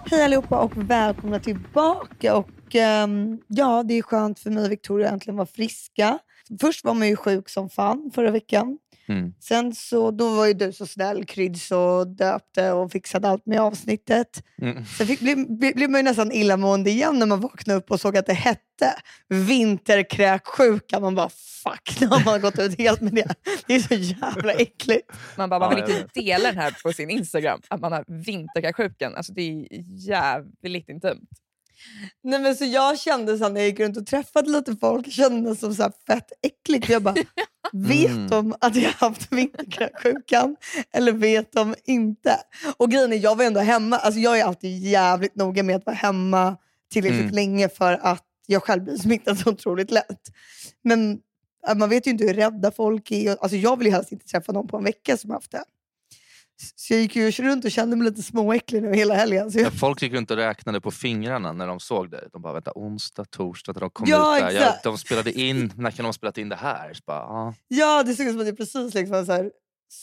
Hej allihopa och välkomna tillbaka. Och ja, det är skönt för mig och Victoria äntligen vara friska. Först var man ju sjuk som fan förra veckan. Sen så, då var ju du så snäll, kryds och döpte och fixade allt med avsnittet. Sen blev man ju nästan illamående igen när man vaknade upp och såg att det hette vinterkräksjuka. Man bara fuck, nu har man gått ut helt med det. Det är så jävla äckligt. Man vill inte dela den här på sin Instagram, att man har vinterkräksjukan. Alltså det är jävligt intimt. Nej, men så jag kände så när jag gick runt och träffade lite folk, kände som så här fett äckligt. Jag bara, vet de att jag har haft vinterkräksjukan eller vet de inte? Och grejen är, jag var ändå hemma. Alltså jag är alltid jävligt noga med att vara hemma tillräckligt länge för att jag själv blir smittad så otroligt lätt. Men man vet ju inte hur rädda folk är. Alltså jag vill ju helst inte träffa någon på en vecka som haft det. Så jag gick ju runt och kände mig lite småäcklig nu hela helgen. Så Folk gick runt och räknade på fingrarna när de såg det. De bara, vänta, onsdag, torsdag, när de kom ut där. Exakt. De spelade in, när kan de ha spelat in det här? Så bara, Ja, det såg ut som att jag precis liksom så här,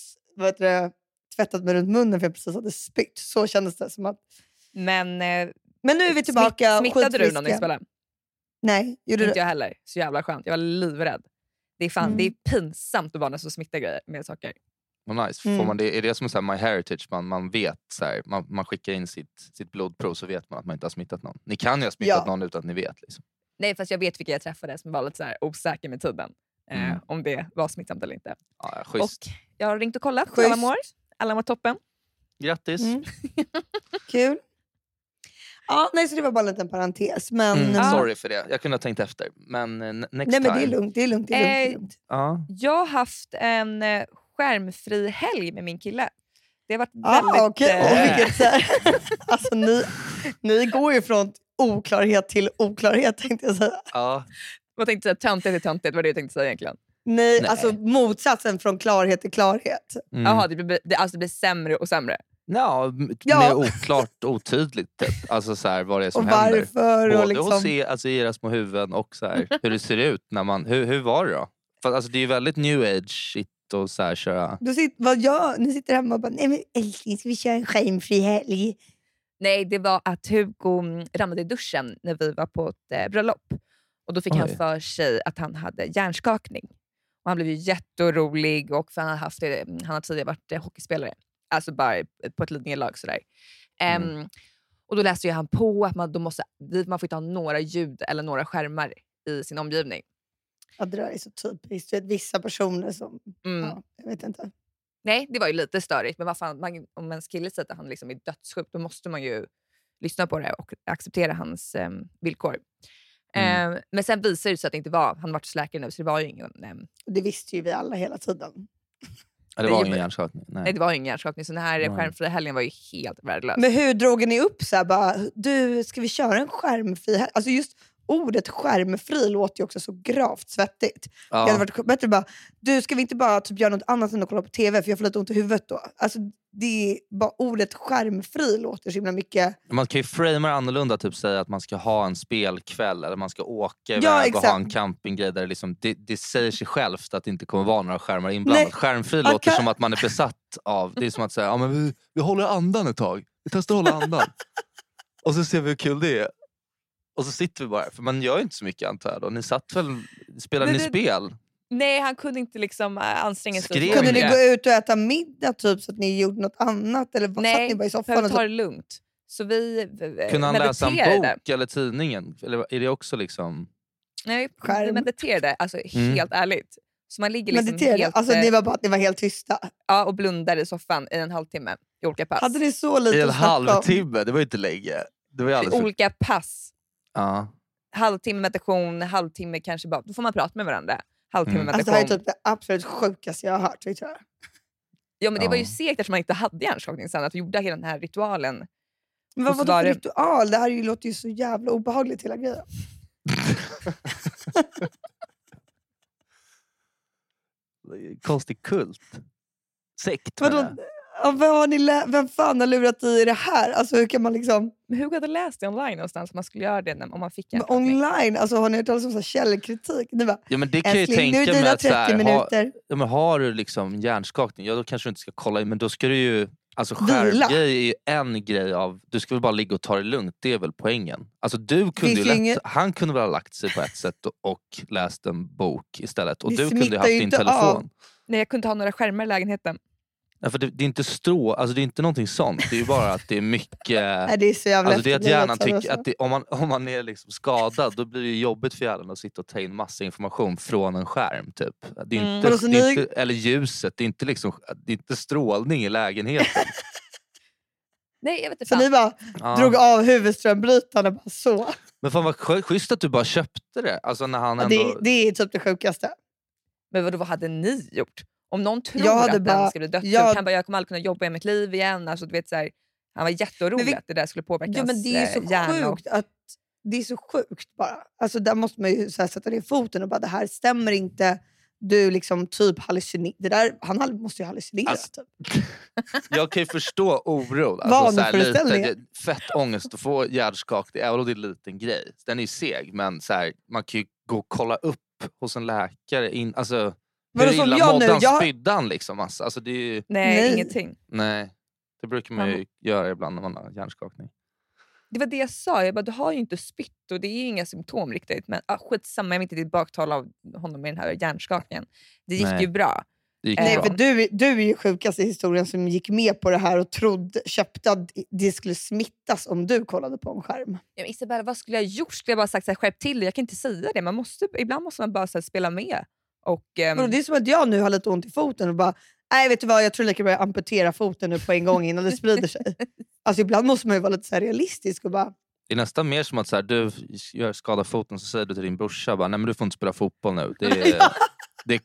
tvättat mig runt munnen för jag precis hade spytt. Så kändes det som att... Men nu är vi tillbaka. Smittade du någon i spelen? Nej, gjorde inte du? jag heller. Så jävla skönt. Jag var livrädd. Det är pinsamt att vara så smittar grejer med saker. Nice. Får man det, är det som så här My Heritage? Man vet så här, man skickar in sitt blodprov så vet man att man inte har smittat någon. Ni kan ju ha smittat någon utan att ni vet. Liksom. Nej, fast jag vet vilka jag träffade som var lite så här osäker med tiden. Om det var smittsamt eller inte. Ja, schysst. Och jag har ringt och kollat. Alla mår toppen. Grattis. Kul. Ja, nej, så det var bara en liten parentes. Men... Sorry för det. Jag kunde ha tänkt efter. Men next time. Nej, men det är lugnt. Jag har haft en skärmfri helg med min kille. Det har varit väldigt... Alltså ni går ju från oklarhet till oklarhet, tänkte jag säga. Ja. Vad tänkte jag säga? Töntigt till töntigt, vad det jag tänkte säga egentligen. Nej, alltså motsatsen från klarhet till klarhet. Jaha, det blir sämre och sämre. Ja, mer oklart, otydligt. Alltså så här, vad det är som och händer. Varför, både och liksom... att se alltså, i era små huvuden och så här, hur det ser ut när man... Hur var det då? För, alltså, det är ju väldigt new age shit och så här köra... Ni sitter hemma och bara, nej men älskling, ska vi köra en skärmfri helg? Nej, det var att Hugo ramlade i duschen när vi var på ett bröllop. Och då fick han för sig att han hade hjärnskakning. Och han blev ju jätteorolig och för han har tidigare varit hockeyspelare. Alltså bara på ett litet nedlag sådär. Och då läste ju han på att man får inte ha några ljud eller några skärmar i sin omgivning. Ja, det där är så typiskt. Du vet, vissa personer som... Ja, jag vet inte. Nej, det var ju lite störigt. Men vad fan, om ens kille säger att han liksom är dödssjuk, då måste man ju lyssna på det och acceptera hans villkor. Men sen visade det sig att det inte var... Han var hos läkare nu, så det var ju ingen... Det visste ju vi alla hela tiden. Ja, det var ingen hjärnskakning. Nej, det var ingen hjärnskakning. Så den här skärmfria helgen var ju helt värdelös. Men hur drog ni upp så här, bara, ska vi köra en skärmfri helg? Alltså just ordet skärmfri låter ju också så gravt svettigt. Det hade varit bättre bara, ska vi inte bara typ göra något annat än att kolla på tv för jag får lite ont i huvudet då. Alltså det är bara ordet skärmfri låter så himla mycket. Man kan ju framea annorlunda, typ säga att man ska ha en spelkväll eller man ska åka iväg och ha en campinggrej där det, liksom, det säger sig självt att det inte kommer vara några skärmar inblandat. Skärmfri låter som att man är besatt av, det är som att säga, ja men vi håller andan ett tag. Vi testar hålla andan. Och så ser vi hur kul det är. Och så sitter vi bara, för man gör ju inte så mycket antar jag då. Ni satt väl, spelade ni spel? Nej, han kunde inte liksom anstränga sig. Kunde ni gå ut och äta middag typ så att ni gjorde något annat? Eller satt ni bara i soffan? Nej, ta det lugnt. Så vi kunde han läsa en bok eller tidningen? Eller är det också liksom... Nej, vi mediterade, alltså helt ärligt. Så man ligger liksom helt... Alltså ni var helt tysta? Ja, och blundade i soffan i en halvtimme i olika pass. Hade ni så lite i en halvtimme? Det var ju inte länge. Det var ju alldeles olika pass. Ja. Halvtimme meditation, halvtimme kanske bara... Då får man prata med varandra. Halvtimme meditation. Alltså det här är typ det absolut sjukaste jag har hört, tror jag. Ja, men det var ju segt eftersom man inte hade hjärnskakning sen. Att vi gjorde hela den här ritualen. Men vad var det för ritual? Det här låter ju så jävla obehagligt hela grejen. Konstig kult. Sekt. Vem fan har lurat i det här? Alltså hur kan man liksom... Men hur hade läst det online någonstans om man skulle göra det om man fick en... Men online? Alltså har ni hört talas om källkritik? Ja, men det kan ju tänka mig att 30 minuter. har du liksom hjärnskakning, ja då kanske du inte ska kolla in, men då ska du ju Alltså skärmgrej är ju en grej av... Du ska väl bara ligga och ta det lugnt. Det är väl poängen. Alltså du kunde han kunde väl ha lagt sig på ett sätt och läst en bok istället. Och du kunde ha haft din telefon. Nej, jag kunde inte ha några skärmar i lägenheten. Ja, för det är inte alltså det är inte någonting sånt. Det är ju bara att det är mycket... Nej, det är så jävla alltså det är att hjärnan tycker att om man är liksom skadad, då blir det jobbigt för hjärnan att sitta och ta in massa information från en skärm typ. Det är inte, eller ljuset, det är inte liksom, det är inte strålning i lägenheten. Nej, jag vet inte. Så ni bara drog av huvudströmbrytarna bara så. Men fan vad schysst att du bara köpte det. Alltså när han ändå... det är typ det sjukaste. Men vad hade ni gjort? Om någon tror att den skulle dö, jag kommer aldrig kunna jobba i mitt liv igen. Alltså, du vet, så här, han var jätteorolig att det där skulle påverka hans men det är så sjukt att det är så sjukt bara. Alltså, där måste man ju så här, sätta ner foten och bara, det här stämmer inte. Du liksom typ hallucinerar. Han måste ju hallucinera alltså, typ. Jag kan ju förstå oron. Alltså, lite fett ångest att få hjärnskakning. Även om det är en liten grej. Den är ju seg. Men så här, man kan ju gå och kolla upp hos en läkare. Alltså, hur illa mådde han spyddan liksom? Alltså, det är ju... Nej, ingenting. Nej, det brukar man ju göra ibland när man har hjärnskakning. Det var det jag sa. Jag bara, du har ju inte spytt och det är ju inga symptom riktigt. Men skitsamma, jag vill inte tillbaktala av honom med den här hjärnskakningen. Det gick ju bra. Nej, för du är ju sjukaste historien som gick med på det här och köpte att det skulle smittas om du kollade på en skärm. Ja, Isabella, vad skulle jag ha gjort? Skulle jag bara sagt så här, skärp till det? Jag kan inte säga det. Ibland måste man bara så här, spela med. Och det är som att jag nu har lite ont i foten och bara, nej vet du vad, jag tror lika börja amputera foten nu på en gång innan det sprider sig. Alltså ibland måste man ju vara lite så här realistisk och bara... Det är nästan mer som att så här, du skadar foten så säger du till din brorsa bara, nej men du får inte spela fotboll nu. Det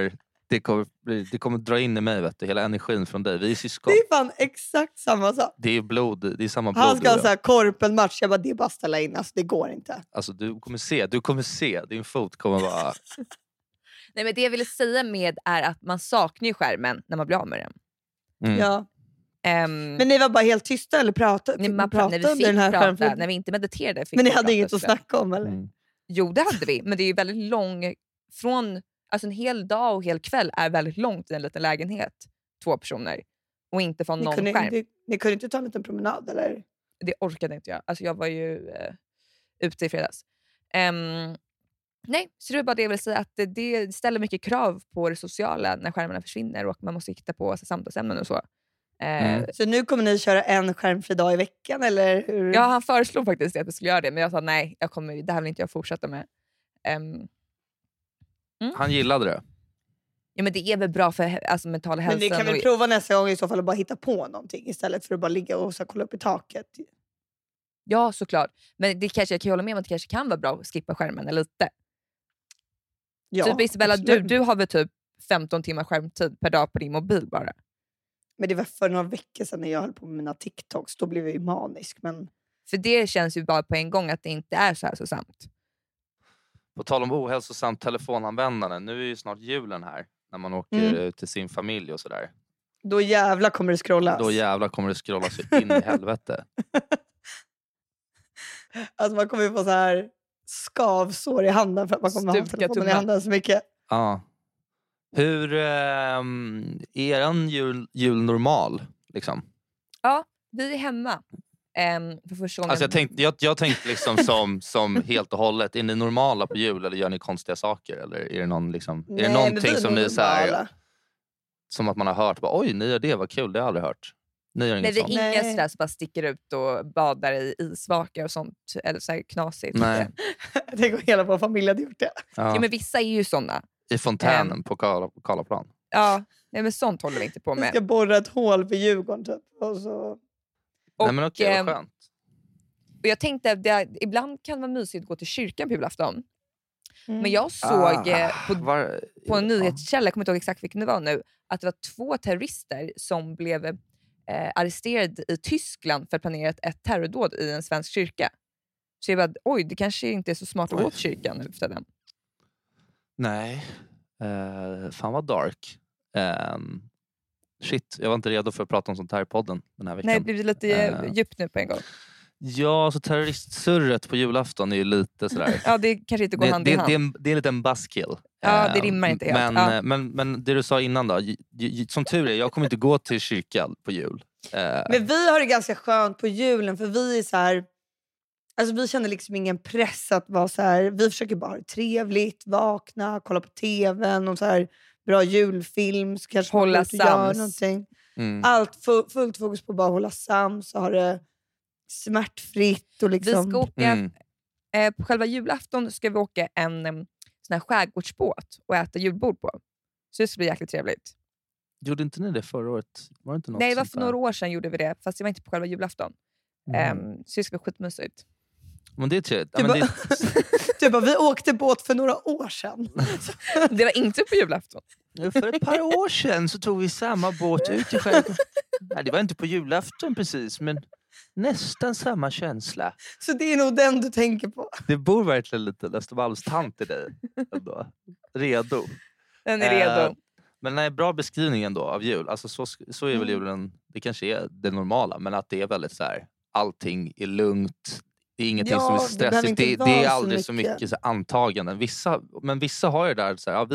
kommer dra in i mig, vet du, hela energin från dig. Vi är syskon. Det är fan exakt samma sak. Det är blod, det är samma blod. Han ska ha så här korpenmatch, jag bara, det är bara ställa in, alltså det går inte. Alltså du kommer se, din fot kommer vara... Nej, men det jag ville säga med är att man saknar ju skärmen när man blir av med den. Mm. Ja. Men ni var bara helt tysta eller pratade? När vi fick prata, när vi inte mediterade. Men ni hade inget att snacka om eller? Mm. Jo, det hade vi. Men det är ju väldigt lång... Alltså en hel dag och hel kväll är väldigt långt i en liten lägenhet. 2 personer. Och inte från någon skärm. Ni kunde inte ta en liten promenad eller? Det orkade inte jag. Alltså jag var ju ute i fredags. Nej, så det är bara det jag vill säga. Att det ställer mycket krav på det sociala när skärmarna försvinner. Och man måste hitta på samtalsämnen och så. Så nu kommer ni köra en skärmfri dag i veckan eller hur? Ja, han föreslog faktiskt att vi skulle göra det. Men jag sa nej, det här vill inte jag fortsätta med. Han gillade det. Ja, men det är väl bra för mental hälsa. Men ni kan väl prova nästa gång i så fall att bara hitta på någonting istället för att bara ligga och så kolla upp i taket. Ja, såklart. Men det kanske, jag kan hålla med om att det kanske kan vara bra att skippa skärmen lite. Ja, typ Isabella, du har väl typ 15 timmar skärmtid per dag på din mobil bara? Men det var för några veckor sedan när jag höll på med mina TikToks. Då blev jag ju manisk. Men... För det känns ju bara på en gång att det inte är så här så sant. På tal om ohälsosamt telefonanvändande. Nu är ju snart julen här. När man åker till sin familj och sådär. Då jävla kommer det scrollas. Då jävla kommer det scrollas in i helvete. Alltså man kommer ju få så här skavsår i handen för att man kommer ha telefonen i handen så mycket. Ja. Hur är en jul normal liksom? Ja, vi är hemma. För första gången. Alltså jag tänkte liksom som helt och hållet. Är ni normala på jul eller gör ni konstiga saker? Eller är det någon liksom, är det någonting som ni så här, som att man har hört bara, oj, ni gör det, vad kul, det har jag aldrig hört. Ni gör inget sånt. Det är inga sådär som bara sticker ut och badar i isvakar och sånt eller så här knasigt. Nej. Jag tänker att hela vår familj hade gjort det. Ja, men vissa är ju såna. I fontänen på Karlaplan. Ja, nej, men sånt håller vi inte på med. Vi ska borra ett hål för Djurgården typ. Och så... Nej men okej, vad skönt. Och jag tänkte att ibland kan det vara mysigt att gå till kyrkan på julafton. Men jag såg på en nyhetskälla, jag kommer inte ihåg exakt vilken det var nu, att det var 2 terrorister som blev arresterade i Tyskland för att planera ett terrordåd i en svensk kyrka. Så jag bara, oj, det kanske inte är så smart att gå till kyrkan efter den. Nej, fan vad dark. Shit, jag var inte redo för att prata om sånt här i podden den här veckan. Nej, det blir lite djupt nu på en gång. Ja, så terroristsurret på julafton är ju lite sådär. Ja, det kanske inte går hand i hand. Det är en liten buzzkill. Ja, det rimmar inte helt. Men det du sa innan då, som tur är, jag kommer inte gå till kyrkan på jul. Men vi har det ganska skönt på julen, för vi är så här, alltså vi känner liksom ingen press att vara så här, vi försöker bara ha det trevligt, vakna, kolla på tvn och så här bra julfilm, så kanske hålla sams. Någonting. Allt fullt fokus på bara hålla sams och ha det smärtfritt och liksom. Vi ska åka på själva julafton ska vi åka en sån här skärgårdsbåt och äta julbord på. Så det ska bli jäkligt trevligt. Gjorde inte ni det förra året? Var det inte något? Nej, det var för några år sedan gjorde vi det, fast det var inte på själva julafton. Så det ska bli skitmysigt. Men det är trevligt. Vi åkte båt för några år sedan. Det var inte på julafton. För ett par år sedan så tog vi samma båt ut i skärgården. Nej, det var inte på julafton precis, men nästan samma känsla. Så det är nog den du tänker på. Det bor verkligen lite Östermalmstant i dig. Ändå. Redo. Den är redo. Men nej, bra beskrivning ändå av jul. Alltså så är väl julen, det kanske är det normala, men att det är väldigt så här, allting är lugnt. Det är ingenting som är stressigt. Det är aldrig så mycket så antaganden. Vissa har ju där så här,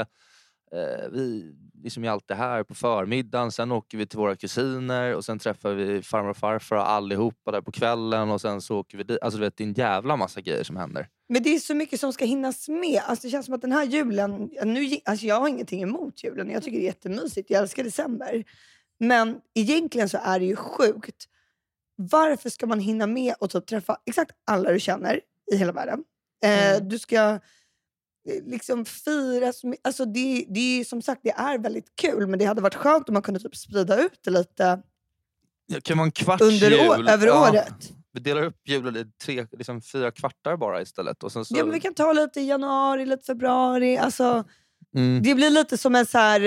vi liksom är alltid här på förmiddagen, sen åker vi till våra kusiner och sen träffar vi farmor och farfar och allihopa där på kvällen och sen så åker vi dit. Alltså du vet, det är en jävla massa grejer som händer. Men det är så mycket som ska hinnas med. Alltså det känns som att den här julen, alltså jag har ingenting emot julen. Jag tycker det är jättemysigt. Jag älskar december. Men egentligen så är det ju sjukt. Varför ska man hinna med och typ träffa exakt alla du känner i hela världen? Du ska liksom fira. Alltså det är som sagt, det är väldigt kul. Men det hade varit skönt om man kunde typ sprida ut det lite. Det kan vara en kvarts över året. Vi delar upp julen i 4 kvartar bara istället. Och sen så... Ja, men vi kan ta lite i januari, lite februari. Alltså, det blir lite som en så här,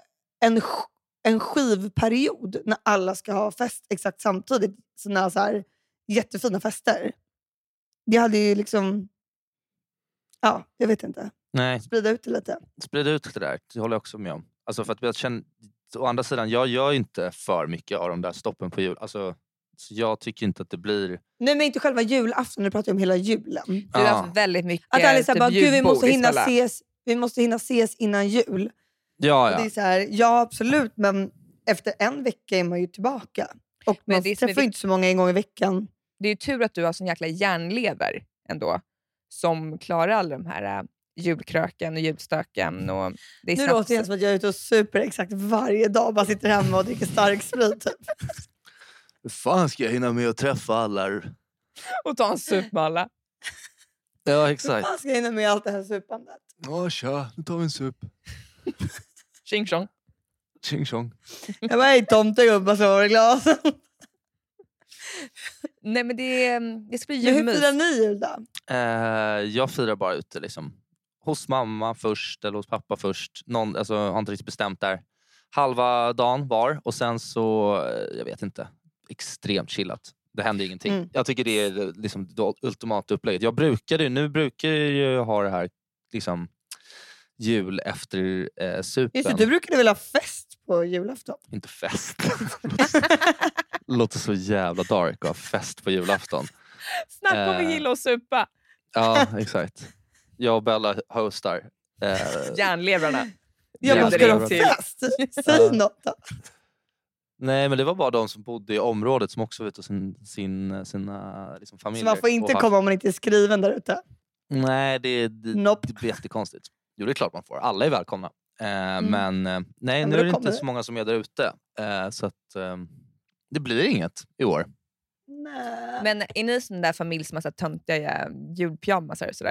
en skivperiod när alla ska ha fest exakt samtidigt. Såna så här jättefina fester. Det hade ju liksom... Ja, jag vet inte. Nej. Sprida ut det lite. Sprida ut det där, det håller jag också med om. Alltså för att jag känner... Å andra sidan, jag gör inte för mycket av de där stoppen på jul. Alltså... Så jag tycker inte att det blir... Nej, men inte själva julafton, nu pratar jag om hela julen. Du har haft väldigt mycket att alla är så här, bara, gud, vi måste hinna ses innan jul. Ja. Och det är så här, ja, absolut, men efter en vecka är man ju tillbaka. Och man träffar inte så många en gång i veckan. Det är ju tur att du har sån jäkla järnlever ändå, som klarar alla de här julkröken och julstöken. Och det är nu låter det som att jag är ute och super exakt varje dag. Bara sitter hemma och dricker stark sprit typ. Hur fan ska jag hinna med att träffa alla? Och ta en sup med alla. Ja, exakt. Hur fan ska jag hinna med allt det här supandet? Ja, tja. Nu tar vi en sup. Tjing tjong. Tjing tjong. Jag bara, tomtegubbar slår i glasen. Nej, men det ska bli julmys. Hur firar ni jul då? Jag firar bara ute liksom. Hos mamma först eller hos pappa först. Alltså, jag har inte riktigt bestämt där. Halva dagen var och sen så, jag vet inte, extremt chillat. Det händer ingenting. Jag tycker det är liksom det ultimata upplägget. Nu brukar jag ju ha det här liksom jul efter supen. Just det, du brukade väl ha fest på julafton? Inte fest. Låter så jävla dark att ha fest på julafton. Snacka om vi gillar att supa. Ja, exakt. Jag och Bella hostar. Järnlevrarna. Jag bara, ska de fest? Säg något då. Nej, men det var bara de som bodde i området som också vet sina liksom familjer. Så man får inte komma om man inte är skriven där ute? Nej, det blir jättekonstigt. Jo, det är klart man får. Alla är välkomna. Men nej, nu är det inte så många som är där ute. Så att det blir inget i år. Nej. Men är ni sån där familj som har så töntiga julpyjamasar och sådär?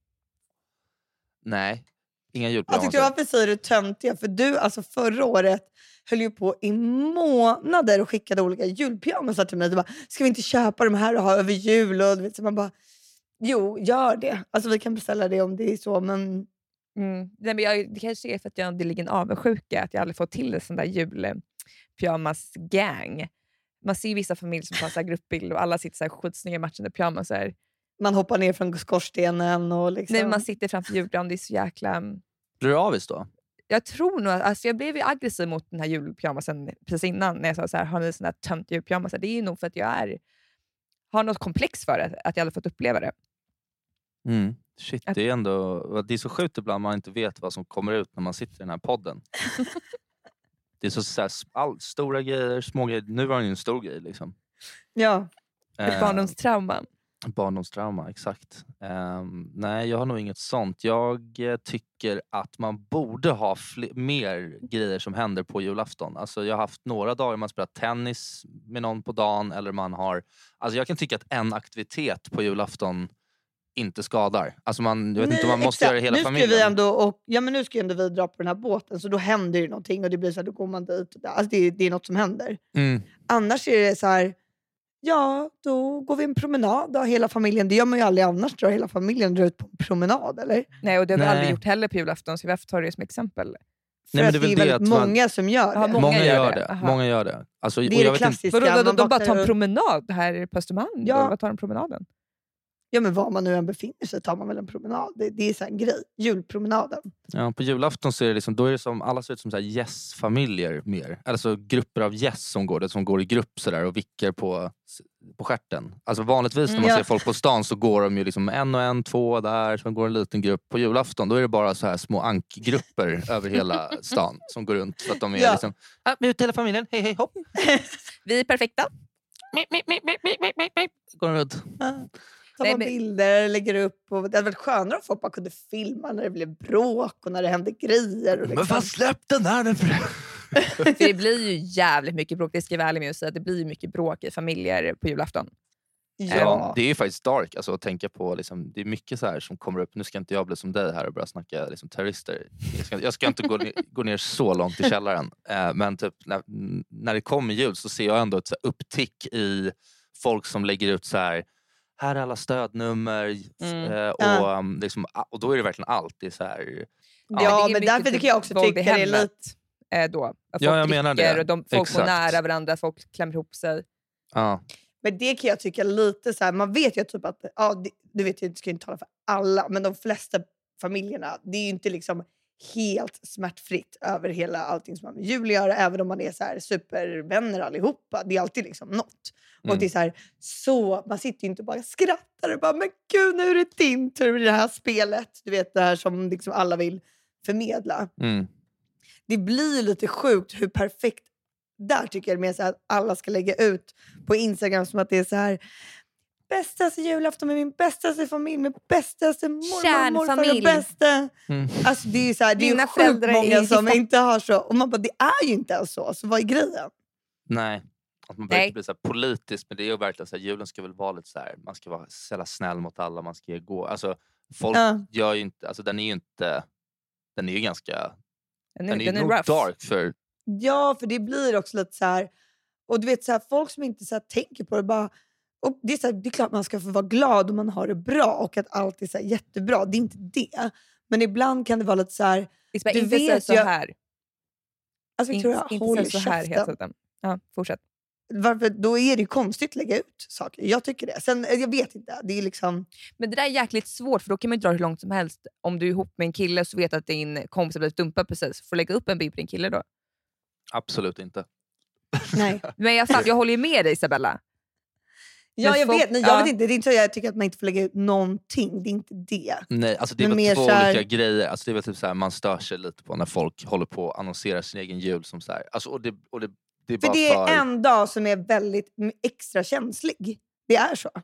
Nej, inga julpyjamasar. Jag tyckte varför säger du töntiga? För du, alltså förra året höll ju på i månader och skickade olika julpyjamasar till mig. Du bara, ska vi inte köpa de här och ha över jul? Och du vet, så man bara, jo, gör det. Alltså vi kan beställa det om det är så, men... Nej, men det kanske är för att jag ligger en avundsjuka att jag aldrig fått till en sån där julpyjamas-gang. Man ser vissa familjer som tar så här gruppbild och alla sitter så här skitsnygga matchande pyjamasar. Man hoppar ner från skorstenen och liksom... Nej, man sitter framför julgran, det är så jäkla... Blir du avis då? Jag tror nog, alltså jag blev ju aggressiv mot den här julpyjamasen precis innan när jag sa så här, har ni sån här tönt julpyjamasar? Det är ju nog för att jag har något komplex för det, att jag aldrig fått uppleva det. Shit, det är så sjukt ibland man inte vet vad som kommer ut när man sitter i den här podden. Det är så stora grejer, små grejer. Nu var det ju en stor grej liksom. Ja. Ett barndomstrauma. Barndomstrauma, exakt. Nej, jag har nog inget sånt. Jag tycker att man borde ha mer grejer som händer på julafton. Alltså jag har haft några dagar man spelar tennis med någon på dagen. Eller man har... Alltså jag kan tycka att en aktivitet på julafton inte skadar. Alltså jag vet inte om man måste göra det hela familjen. Nu ska vi dra på den här båten. Så då händer ju någonting. Och det blir så här, då går man dit. Alltså det är något som händer. Annars är det så här... Ja, då går vi en promenad av hela familjen. Det gör man ju aldrig annars, drar hela familjen ut på en promenad, eller? Nej, och det har vi aldrig gjort heller på julafton, så vi tar det som exempel. För att det är väldigt många som gör det. Ja, många gör det. Alltså, det är det klassiska. De bara tar en promenad här på Östermalm. Ja. Vad tar de promenaden? Ja, men var man nu än befinner sig tar man väl en promenad. Det är så en grej. Julpromenaden. Ja, på julafton så är det liksom, då är det som, alla ser ut som så här yes-familjer mer. Alltså grupper av yes som går i grupp så där och vickar på stjärten. Alltså vanligtvis när man ser folk på stan så går de ju liksom en och en, två där, så går en liten grupp. På julafton då är det bara så här små ankgrupper över hela stan som går runt. Så att de är liksom, vi är ute hela familjen, hej hopp. Vi är perfekta. Går runt. Ta man bilder, lägger upp. Och det hade varit skönare om folk bara kunde filma när det blev bråk och när det hände grejer. Och Men vad släpp den där? För det blir ju jävligt mycket bråk. Det ska jag vara ärlig med att säga. Det blir ju mycket bråk i familjer på julafton. Ja. Det är ju faktiskt dark alltså, att tänka på. Liksom, det är mycket så här som kommer upp. Nu ska inte jag bli som dig här och börja snacka liksom, terrorister. Jag ska inte gå ner så långt i källaren. Men typ, när det kommer jul så ser jag ändå ett så här, upptick i folk som lägger ut så här är alla stödnummer och då är det verkligen alltid så här. Ja, men därför tycker jag också tycker det är lite då. Att folk jag menar det. Och folk får nära varandra, folk klämmer ihop sig. Ja. Men det kan jag tycka lite så här, man vet ju typ att du vet jag ska inte tala för alla, men de flesta familjerna, det är ju inte liksom helt smärtfritt över hela allting som man med jul gör, även om man är så här supervänner allihopa. Det är alltid liksom något. Och det är så här, så man sitter ju inte bara och skrattar och bara, men gud, nu är det din tur i det här spelet. Du vet det här som liksom alla vill förmedla. Det blir lite sjukt hur perfekt där tycker jag det är så att alla ska lägga ut på Instagram som att det är så här bästaste julafton med min bästaste familj, med bästaste mormor, morfar och bästa. Alltså det är så här, det är sjukt många som inte har så. Och man bara, det är ju inte så. Så vad är grejen? Nej. Att man börjar bli så här politisk, men det är ju verkligen så här, julen ska väl vara lite så här, man ska vara snäll mot alla, man ska gå. Alltså folk gör ju inte, alltså den är ju ganska den är nog dark för. Ja, för det blir också lite så här, och du vet så här, folk som inte så här tänker på det bara. Och det är, så här, det är klart man ska få vara glad om man har det bra och att allt är så här jättebra. Det är inte det. Men ibland kan det vara lite så här. Du vet så här. Alltså tror jag håller så här hela tiden. Ja, fortsätt. Varför, då är det konstigt att lägga ut saker. Jag tycker det. Sen, jag vet inte. Det är liksom. Men det där är jäkligt svårt, för då kan man inte dra hur långt som helst. Om du är ihop med en kille så vet att din kompis har blivit dumpad precis. Får lägga upp en bild på din kille då? Absolut inte. Nej. Men jag håller ju med dig, Isabella. Ja, jag vet. Nej, jag vet inte. Det är inte så jag tycker att man inte får lägga ut någonting. Det är inte det. Nej, alltså det är väl två olika grejer. Alltså det är väl typ så här, man stör sig lite på när folk håller på att annonsera sin egen jul som så här. Alltså, och det är bara för det är en dag som är väldigt extra känslig. Det är så.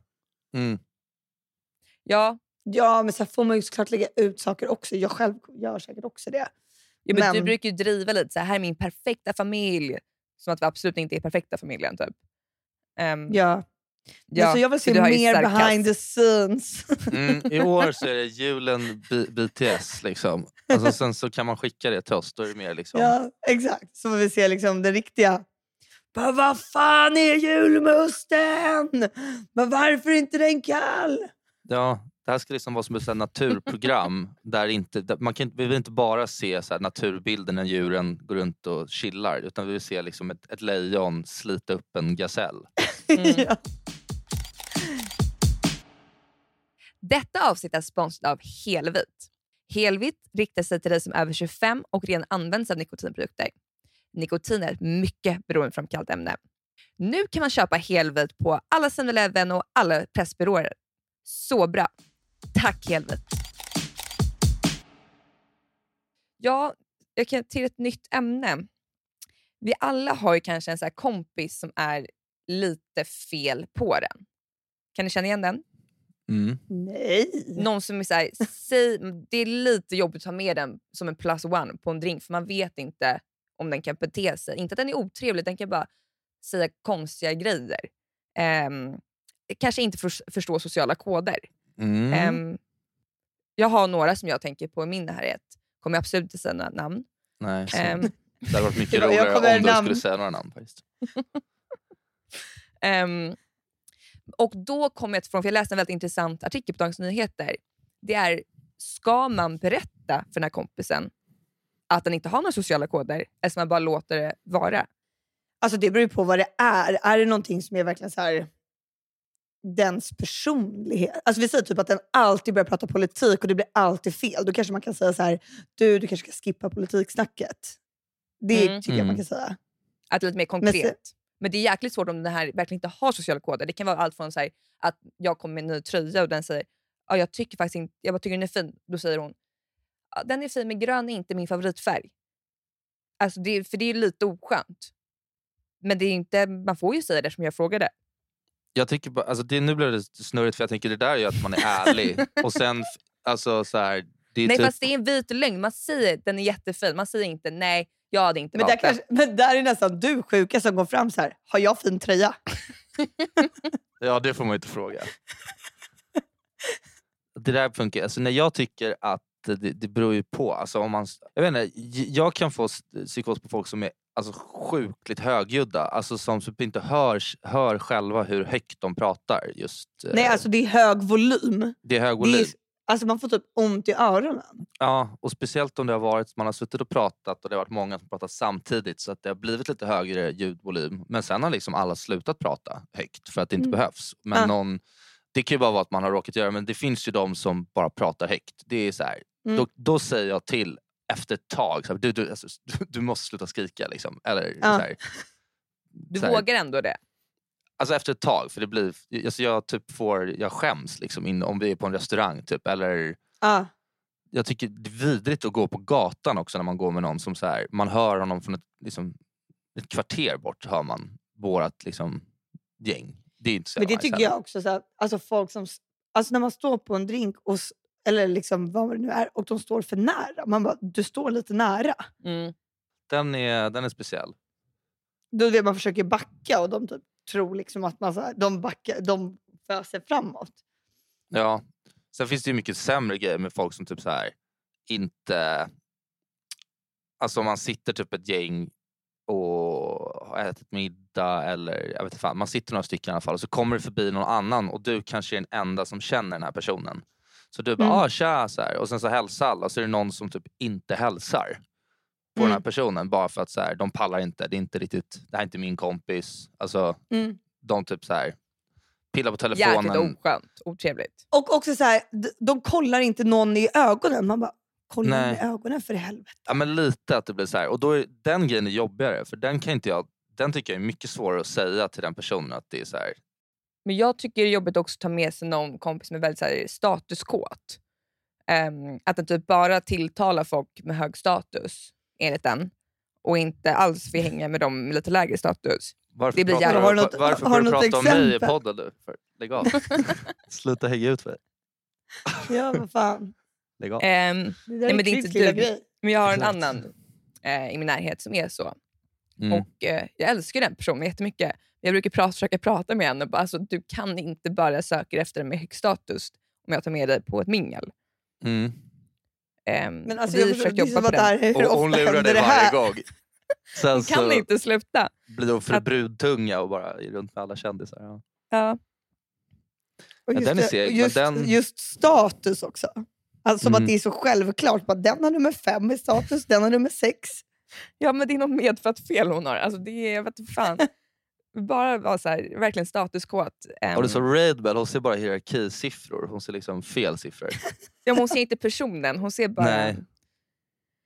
Ja, men så får man ju såklart lägga ut saker också. Jag själv gör säkert också det. Ja, men du brukar ju driva lite så här är min perfekta familj. Som att vi absolut inte är perfekta familjen typ. Ja, så jag vill se mer behind the scenes. I år så är det julen BTS liksom. Alltså, sen så kan man skicka det till oss. Då är det mer liksom. Ja, exakt. Så får vi se liksom det riktiga. Men vad fan är julmusten? Men varför är inte den kall? Ja, det här ska liksom vara som ett naturprogram. Vi vill inte bara se så här naturbilden när djuren går runt och chillar. Utan vi vill se liksom ett lejon slita upp en gasell. Ja. Detta avsnitt är sponsrat av Helvit. Helvit riktar sig till dig som är över 25 och redan används av nikotinprodukter. Nikotin är ett mycket beroendeframkallat ämne. Nu kan man köpa Helvit på alla 7-Eleven och alla pressbyråer. Så bra! Tack Helvit. Ja, jag kan till ett nytt ämne. Vi alla har ju kanske en så här kompis som är lite fel på den. Kan ni känna igen den? Nej. Någon som är så här, det är lite jobbigt att ta med den som en plus one på en drink, för man vet inte om den kan bete sig. Inte att den är otrevlig, den kan bara säga konstiga grejer. Kanske inte förstå sociala koder. Jag har några som jag tänker på i min närhet. Kommer jag absolut inte säga några namn. Nej, det hade varit mycket roligare om du skulle säga några namn faktiskt. Och då kom jag ifrån, för jag läste en väldigt intressant artikel på Dagens Nyheter. Det är, ska man berätta för den här kompisen att den inte har några sociala koder, eller ska man bara låta det vara? Alltså det beror på vad det är. Är det någonting som är verkligen så här dens personlighet? Alltså vi säger typ att den alltid börjar prata politik och det blir alltid fel. Då kanske man kan säga så här: du kanske ska skippa politiksnacket. Det tycker jag man kan säga. Att det är lite mer konkret. Men det är jäkligt svårt om den här verkligen inte har sociala koder. Det kan vara allt från så här, att jag kommer med en ny tröja och den säger, jag tycker faktiskt inte, jag bara tycker den är fin. Då säger hon, den är fin men grön är inte min favoritfärg. Alltså för det är lite oskönt. Men det är inte, man får ju säga det som jag frågade. Jag tycker bara, alltså nu blir det snurrigt, för jag tänker det där är ju att man är ärlig. Och sen, alltså så här, det är nej, typ... fast det är en vit lögn. Man säger den är jättefin. Man säger inte, nej, jag hade inte valt den. Men där är nästan du sjuka som går fram så här: har jag fin tröja? Ja, det får man ju inte fråga. Det där funkar. Alltså när jag tycker att det beror ju på. Alltså om man, jag vet inte, jag kan få psykos på folk som är alltså sjukligt högljudda. Alltså som typ inte hör själva hur högt de pratar. Just, nej, alltså det är hög volym. Det är hög volym. Alltså man får typ ont i öronen. Ja, och speciellt om det har varit, man har suttit och pratat och det har varit många som pratat samtidigt, så att det har blivit lite högre ljudvolym. Men sen har liksom alla slutat prata högt för att det inte behövs. Men det kan ju bara vara att man har råkat göra, men det finns ju de som bara pratar högt. Det är så här, då säger jag till efter ett tag så här, du måste sluta skrika liksom. Eller så här, du vågar ändå det. Alltså efter ett tag, för det blir, alltså jag skäms liksom om vi är på en restaurang typ, eller jag tycker det är vidrigt att gå på gatan också när man går med någon som så här, man hör honom från ett kvarter bort, hör man vårat liksom gäng. Det är inte så. Men det tycker jag också så här, alltså folk som, alltså när man står på en drink och, eller liksom vad det nu är, och de står för nära, man bara, du står lite nära. Den är speciell. Då vet man försöker backa och de typ tror liksom att man så här, de föser framåt. Ja. Sen finns det ju mycket sämre grejer med folk som typ så här inte, alltså om man sitter typ ett gäng och har ätit middag, eller jag vet inte fan, man sitter några stycken i alla fall, och så kommer det förbi någon annan och du kanske är den enda som känner den här personen. Så du bara, tja, så här, och sen så hälsar alla, och så är det någon som typ inte hälsar på den här personen, bara för att så här, de pallar inte, det är inte riktigt, det här är inte min kompis. Alltså de typ så här pillar på telefonen. Jäkligt oskönt, otrevligt. Och också så här, de kollar inte någon i ögonen. Man bara, kolla i ögonen för helvete. Ja, men lite att det blir så här. Och då är den grejen är jobbigare, för den tycker jag är mycket svårare att säga till den personen att det är så här. Men jag tycker det är jobbigt också att ta med sig någon kompis som är väldigt så här statuskåt. Att den typ bara tilltalar folk med hög status enligt den, och inte alls vill hänga med dem med lite lägre status. Varför får du prata om mig i podden nu? Lägg av. Sluta hänga ut för dig. Ja, vad fan. Lägg av. Nej, men det är inte du. Men jag har en annan i min närhet som är så. Och jag älskar den personen jättemycket. Jag brukar försöka prata med henne och bara, alltså, du kan inte bara söka efter den med hög status om jag tar med dig på ett mingel. Men alltså jag försöker jobba på det. Och hon lurar dig varje gång. Sen hon kan inte sluta. Blir hon för brudtunga och bara är runt med alla kändisar. Ja. Och just status också. Alltså som att det är så självklart. Bara, den har nummer 5 i status, den har nummer 6. Ja, men det är något medfött fel hon har. Alltså det är, vet du fan. Bara vara så här, verkligen statuskåt. Och det är så Redbell, hon ser bara hierarkisiffror. Hon ser liksom fel siffror. Ja, hon ser inte personen. Hon ser bara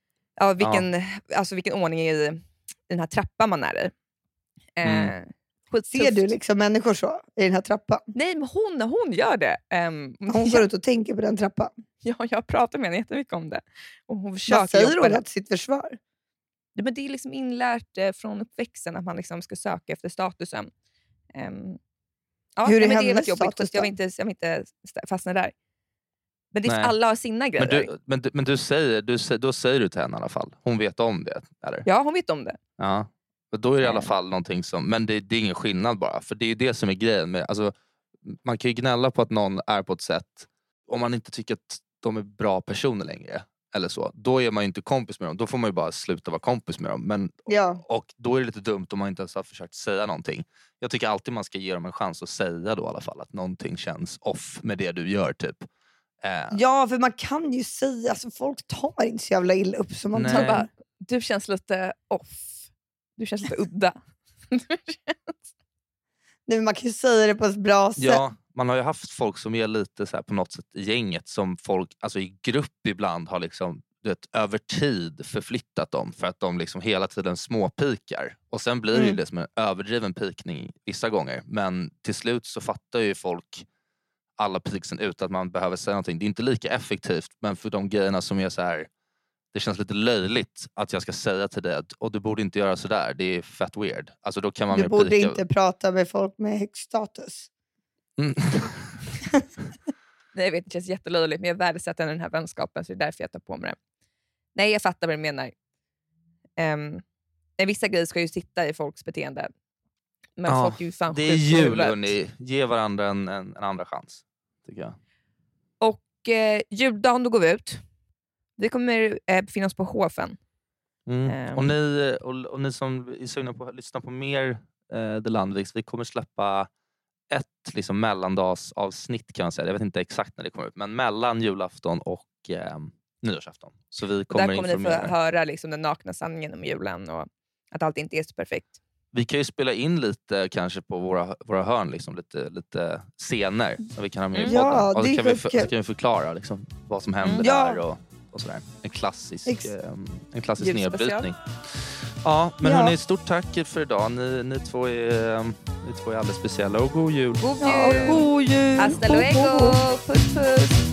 vilken ordning i den här trappan man är i. Ser du liksom människor så i den här trappan? Nej, men hon gör det. Hon går ut och tänker på den trappan. Ja, jag pratar med henne jättemycket om det. Och hon vad säger hon till sitt försvar? Ja, men det är liksom inlärt från uppväxten att man liksom ska söka efter statusen. Hur är men hennes det är jobbigt, status jag vill inte fastna där. Men det är alla har sina grejer. Men då säger du till henne i alla fall. Hon vet om det, eller? Ja, hon vet om det. Ja, och då är det i alla fall någonting som... Men det är ingen skillnad bara. För det är ju det som är grejen med... Alltså, man kan ju gnälla på att någon är på ett sätt... Om man inte tycker att de är bra personer längre. Eller så. Då är man ju inte kompis med dem. Då får man ju bara sluta vara kompis med dem. Men, och då är det lite dumt om man inte ens har försökt säga någonting. Jag tycker alltid man ska ge dem en chans att säga då i alla fall. Att någonting känns off med det du gör typ. Ja, för man kan ju säga... Alltså, folk tar inte så jävla illa upp. Som man tar bara, du känns lite off. Du känns lite udda. Nej, man kan ju säga det på ett bra sätt. Ja, man har ju haft folk som är lite så här på något sätt i gänget. Som folk, alltså i grupp ibland har liksom, du vet, över tid förflyttat dem. För att de liksom hela tiden småpikar. Och sen blir det ju det som en överdriven pikning vissa gånger. Men till slut så fattar ju folk alla piksen utan att man behöver säga någonting. Det är inte lika effektivt, men för de grejerna som är så här, det känns lite löjligt att jag ska säga till dig att du borde inte göra så där. Det är fett weird. Alltså då kan man du borde inte prata med folk med hög status. Nej, jag vet, det känns jättelöjligt, men jag värdesätter den här vänskapen, så det är därför jag tar på mig det. Nej, jag fattar vad du menar. Vissa grejer ska ju sitta i folks beteende. Men folk är ju fan det är jul, hörni. Ge varandra en andra chans, tycker jag. Och juldagen, då går vi ut. Vi kommer befinna oss på Hofen. Och ni som är sugna på att lyssna på mer The Landviks, vi kommer släppa ett liksom mellandagsavsnitt, kan man säga. Jag vet inte exakt när det kommer ut, men mellan julafton och nyårsafton. Så vi kommer där kommer ni få höra liksom den nakna sanningen om julen och att allt inte är så perfekt. Vi kan ju spela in lite kanske på våra hörn, liksom, lite scener som vi kan ha med i podden. Ja, och så kan vi förklara liksom, vad som händer där och sådär. En klassisk nedbrytning. Ja, men hörni, stort tack för idag. Ni två är alldeles speciella, och god jul. God jul. Hasta luego. Puss puss.